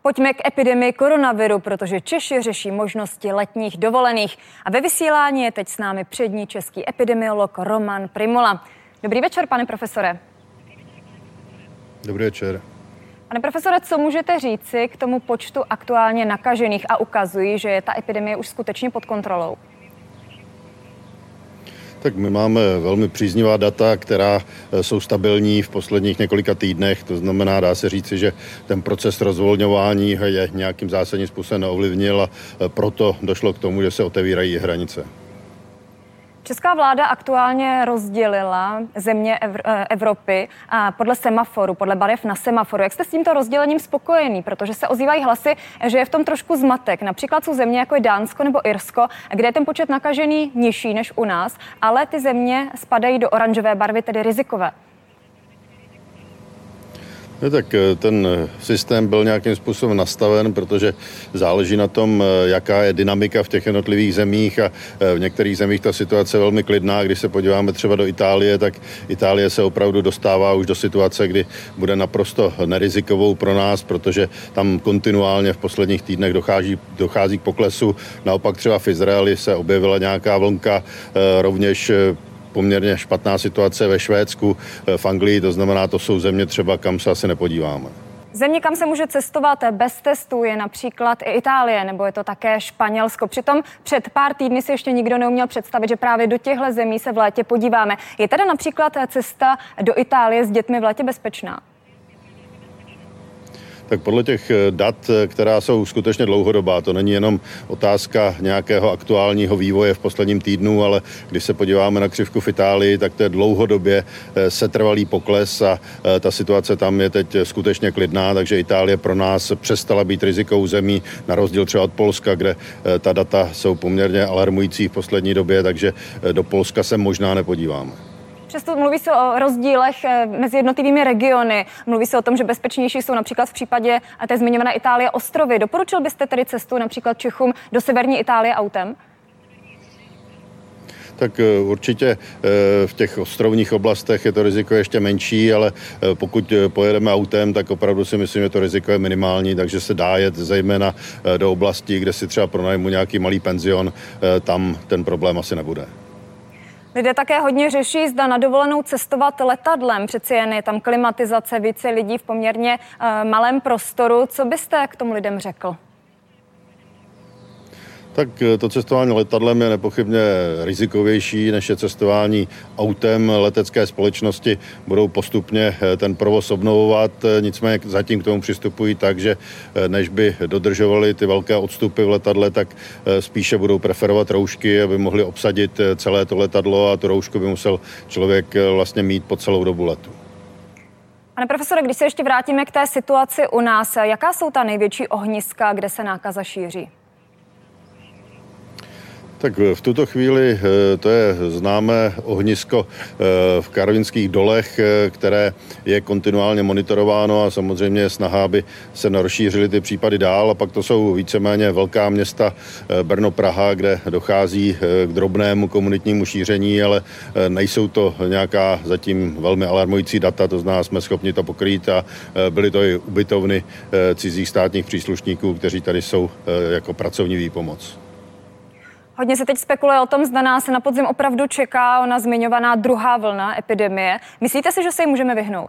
Pojďme k epidemii koronaviru, protože Češi řeší možnosti letních dovolených. A ve vysílání je teď s námi přední český epidemiolog Roman Prymula. Dobrý večer, pane profesore. Dobrý večer. Pane profesore, co můžete říci k tomu počtu aktuálně nakažených a ukazují, že je ta epidemie už skutečně pod kontrolou? Tak my máme velmi příznivá data, která jsou stabilní v posledních několika týdnech. To znamená, dá se říci, že ten proces rozvolňování je nějakým zásadním způsobem neovlivnil a proto došlo k tomu, že se otevírají hranice. Česká vláda aktuálně rozdělila země Evropy podle semaforu, podle barev na semaforu. Jak jste s tímto rozdělením spokojený? Protože se ozývají hlasy, že je v tom trošku zmatek. Například jsou země jako je Dánsko nebo Irsko, kde je ten počet nakažený nižší než u nás, ale ty země spadají do oranžové barvy, tedy rizikové. Tak ten systém byl nějakým způsobem nastaven, protože záleží na tom, jaká je dynamika v těch jednotlivých zemích a v některých zemích ta situace je velmi klidná. Když se podíváme třeba do Itálie, tak Itálie se opravdu dostává už do situace, kdy bude naprosto nerizikovou pro nás, protože tam kontinuálně v posledních týdnech dochází k poklesu. Naopak třeba v Izraeli se objevila nějaká vlnka, rovněž poměrně špatná situace ve Švédsku, v Anglii, to znamená, to jsou země třeba, kam se asi nepodíváme. Země, kam se může cestovat bez testů, je například i Itálie, nebo je to také Španělsko. Přitom před pár týdny si ještě nikdo neuměl představit, že právě do těchto zemí se v létě podíváme. Je teda například cesta do Itálie s dětmi v létě bezpečná? Tak podle těch dat, která jsou skutečně dlouhodobá, to není jenom otázka nějakého aktuálního vývoje v posledním týdnu, ale když se podíváme na křivku v Itálii, tak to je dlouhodobě setrvalý pokles a ta situace tam je teď skutečně klidná, takže Itálie pro nás přestala být rizikovou zemí, na rozdíl třeba od Polska, kde ta data jsou poměrně alarmující v poslední době, takže do Polska se možná nepodíváme. Přesto mluví se o rozdílech mezi jednotlivými regiony. Mluví se o tom, že bezpečnější jsou například v případě té zmiňované Itálie ostrovy. Doporučil byste tedy cestu například Čechům do severní Itálie autem? Tak určitě v těch ostrovních oblastech je to riziko ještě menší, ale pokud pojedeme autem, tak opravdu si myslím, že to riziko je minimální, takže se dá jet zejména do oblastí, kde si třeba pronajmu nějaký malý penzion, tam ten problém asi nebude. Lidé také hodně řeší, zda na dovolenou cestovat letadlem. Přeci jen je tam klimatizace, více lidí v poměrně malém prostoru. Co byste k tomu lidem řekl? Tak to cestování letadlem je nepochybně rizikovější, než je cestování autem. Letecké společnosti budou postupně ten provoz obnovovat, nicméně zatím k tomu přistupují tak, že než by dodržovali ty velké odstupy v letadle, tak spíše budou preferovat roušky, aby mohli obsadit celé to letadlo a tu roušku by musel člověk vlastně mít po celou dobu letu. Pane profesore, když se ještě vrátíme k té situaci u nás, jaká jsou ta největší ohniska, kde se nákaza šíří? Tak v tuto chvíli to je známé ohnisko v Karvinských dolech, které je kontinuálně monitorováno a samozřejmě je snaha, aby se rozšířily ty případy dál. A pak to jsou víceméně velká města Brno, Praha, kde dochází k drobnému komunitnímu šíření, ale nejsou to nějaká zatím velmi alarmující data, to znamená, jsme schopni to pokrýt a byly to i ubytovny cizích státních příslušníků, kteří tady jsou jako pracovní výpomoc. Hodně se teď spekuluje o tom, zda nás na podzim opravdu čeká ona zmiňovaná druhá vlna epidemie. Myslíte si, že se jí můžeme vyhnout?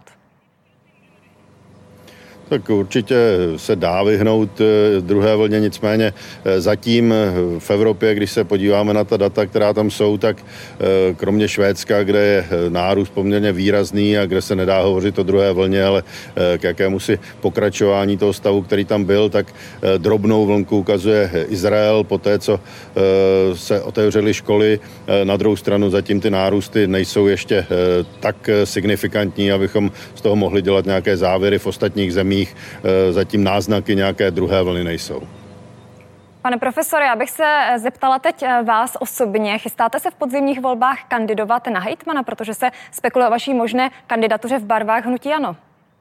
Tak určitě se dá vyhnout druhé vlně, nicméně zatím v Evropě, když se podíváme na ta data, která tam jsou, tak kromě Švédska, kde je nárůst poměrně výrazný a kde se nedá hovořit o druhé vlně, ale k jakémusi pokračování toho stavu, který tam byl, tak drobnou vlnku ukazuje Izrael, poté co se otevřely školy. Na druhou stranu zatím ty nárůsty nejsou ještě tak signifikantní, abychom z toho mohli dělat nějaké závěry v ostatních zemích. Zatím náznaky nějaké druhé vlny nejsou. Pane profesore, já bych se zeptala teď vás osobně. Chystáte se v podzimních volbách kandidovat na hejtmana, protože se spekuluje o vaší možné kandidatuře v barvách hnutí ANO?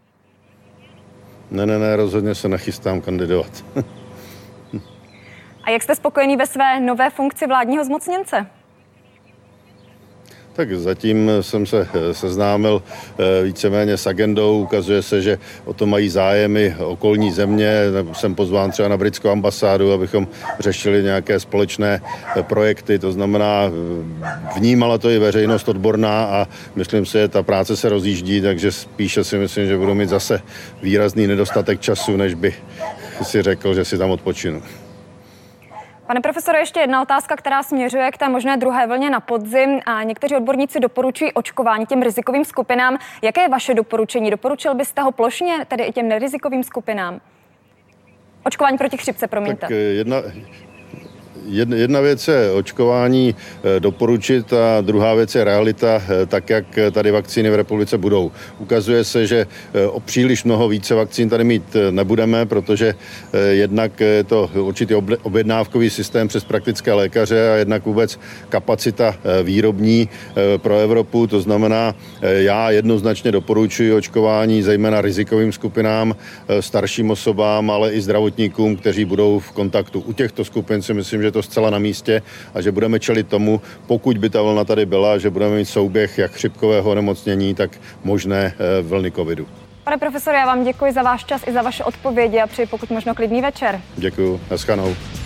Ne, rozhodně se nechystám kandidovat. A jak jste spokojený ve své nové funkci vládního zmocněnce? Tak zatím jsem se seznámil víceméně s agendou. Ukazuje se, že o to mají zájem i okolní země. Jsem pozván třeba na britskou ambasádu, abychom řešili nějaké společné projekty. To znamená, vnímala to i veřejnost odborná a myslím si, že ta práce se rozjíždí, takže spíše si myslím, že budu mít zase výrazný nedostatek času, než bych si řekl, že si tam odpočinu. Pane profesore, ještě jedna otázka, která směřuje k té možné druhé vlně na podzim. A někteří odborníci doporučují očkování těm rizikovým skupinám. Jaké je vaše doporučení? Doporučil byste ho plošně, tedy i těm nerizikovým skupinám? Očkování proti chřipce, promiňte. Tak jedna věc je očkování doporučit a druhá věc je realita, tak jak tady vakcíny v republice budou. Ukazuje se, že o příliš mnoho více vakcín tady mít nebudeme, protože jednak je to určitý objednávkový systém přes praktické lékaře a jednak vůbec kapacita výrobní pro Evropu. To znamená, já jednoznačně doporučuji očkování zejména rizikovým skupinám, starším osobám, ale i zdravotníkům, kteří budou v kontaktu. U těchto skupin si myslím, že to zcela na místě a že budeme čelit tomu, pokud by ta vlna tady byla, že budeme mít souběh jak chřipkového onemocnění, tak možné vlny covidu. Pane profesore, já vám děkuji za váš čas i za vaše odpovědi a přeji pokud možno klidný večer. Děkuji, naschledanou.